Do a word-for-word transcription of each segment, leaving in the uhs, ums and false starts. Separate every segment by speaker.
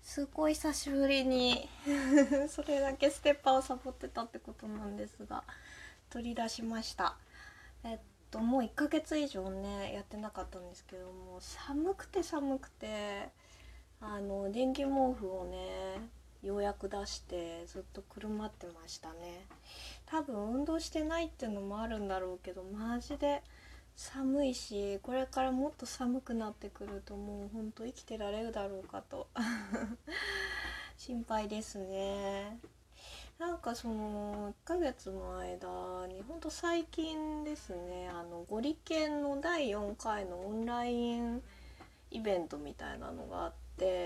Speaker 1: すごい久しぶりにそれだけステッパーをサボってたってことなんですが、取り出しました。えっともういっかげつ以上ねやってなかったんですけども、寒くて寒くて、あの電気毛布をねようやく出してずっとくるまってましたね。多分運動してないっていうのもあるんだろうけど、マジで寒いし、これからもっと寒くなってくるともうほんと生きてられるだろうかと心配ですね。なんかそのいっかげつの間にほんと最近ですね、あのゴリケンのだいよんかいのオンラインイベントみたいなのがあって、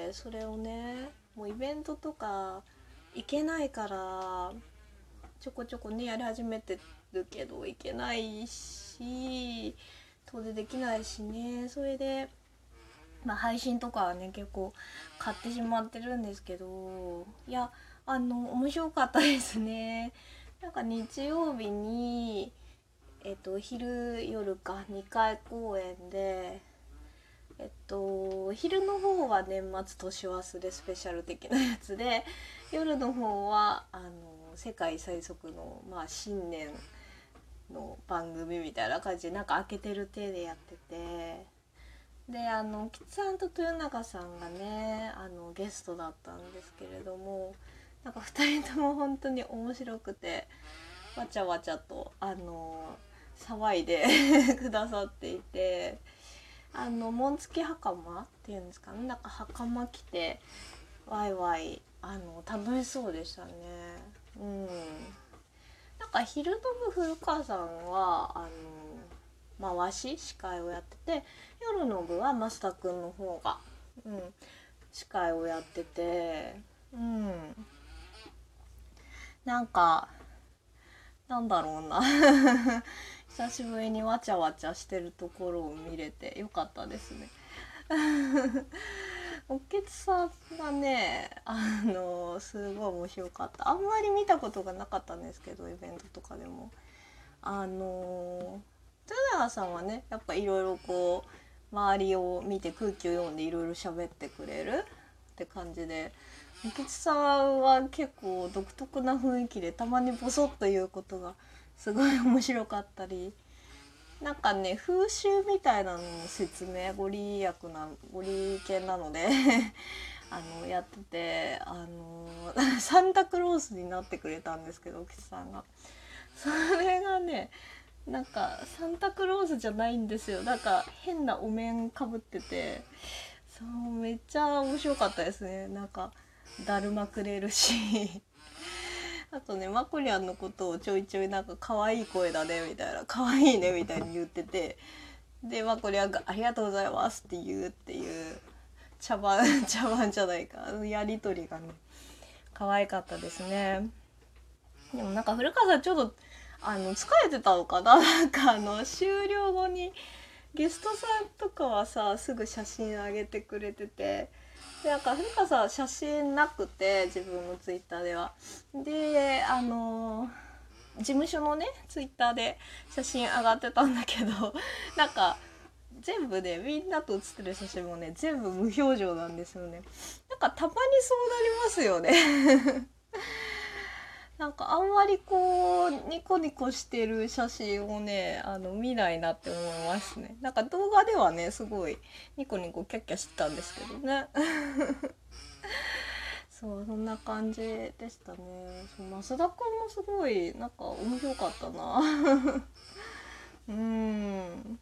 Speaker 1: それをね、もうイベントとか行けないからちょこちょこねやり始めてるけど行けないし当然できないしね。それでまあ配信とかはね結構買ってしまってるんですけど、いやあの面白かったですね。なんか日曜日にえっと昼夜かにかい公演で、えっと昼の方は年末年忘れスペシャル的なやつで、夜の方はあの世界最速の、まあ、新年の番組みたいな感じでなんか開けてる体でやってて、であのキツさんと豊永さんがねあのゲストだったんですけれども、なんかふたりとも本当に面白くて、わちゃわちゃとあの騒いでくださっていて、あの紋付き袴っていうんですかね、なんか袴着てワイワイあの楽しそうでしたね。うん。なんか昼の部古川さんはあの回し司会をやってて、夜の部は増田くんの方が、うん、司会をやってて、うん、なんかなんだろうな久しぶりにわちゃわちゃしてるところを見れてよかったですね。おけつさんがねあのすごい面白かった。あんまり見たことがなかったんですけど、イベントとかでもあの豊永さんはねやっぱいろいろこう周りを見て空気を読んでいろいろ喋ってくれるって感じで、おけつさんは結構独特な雰囲気でたまにボソッと言うことがすごい面白かったり、なんかね風習みたいなのの説明、ご利益なご利益なのであのやってて、あのサンタクロースになってくれたんですけど、おきさんがそれがね、なんかサンタクロースじゃないんですよ。なんか変なお面かぶってて、そうめっちゃ面白かったですね。なんかだるまくれるしあとね、マコリアンのことをちょいちょいなんか可愛い声だねみたいな、可愛いねみたいに言ってて、でマコリアンがありがとうございますって言うっていう茶番茶番じゃないか、あのやりとりがね可愛かったですね。でもなんか古川さんちょっとあの疲れてたのかな、なんかあの終了後にゲストさんとかはさすぐ写真あげてくれてて、でなんか古川さん写真なくて自分のツイッターでは、であの事務所のねツイッターで写真上がってたんだけど、なんか全部ねみんなと写ってる写真もね全部無表情なんですよね。なんかたまにそうなりますよねなんかあんまりこうニコニコしてる写真をねあの見ないなって思いますね。なんか動画ではねすごいニコニコキャッキャしてたんですけどねそうそんな感じでしたね。そう増田くんもすごいなんか面白かったなうーん、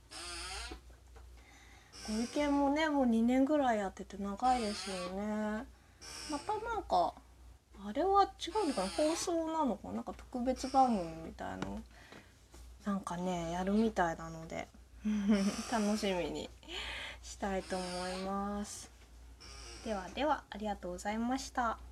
Speaker 1: ご意見もねもうにねんぐらいやってて長いですよね。またなんかあれは違うのかな、放送なのかな、なんか特別番組みたいなのなんかねやるみたいなので楽しみにしたいと思います。ではではありがとうございました。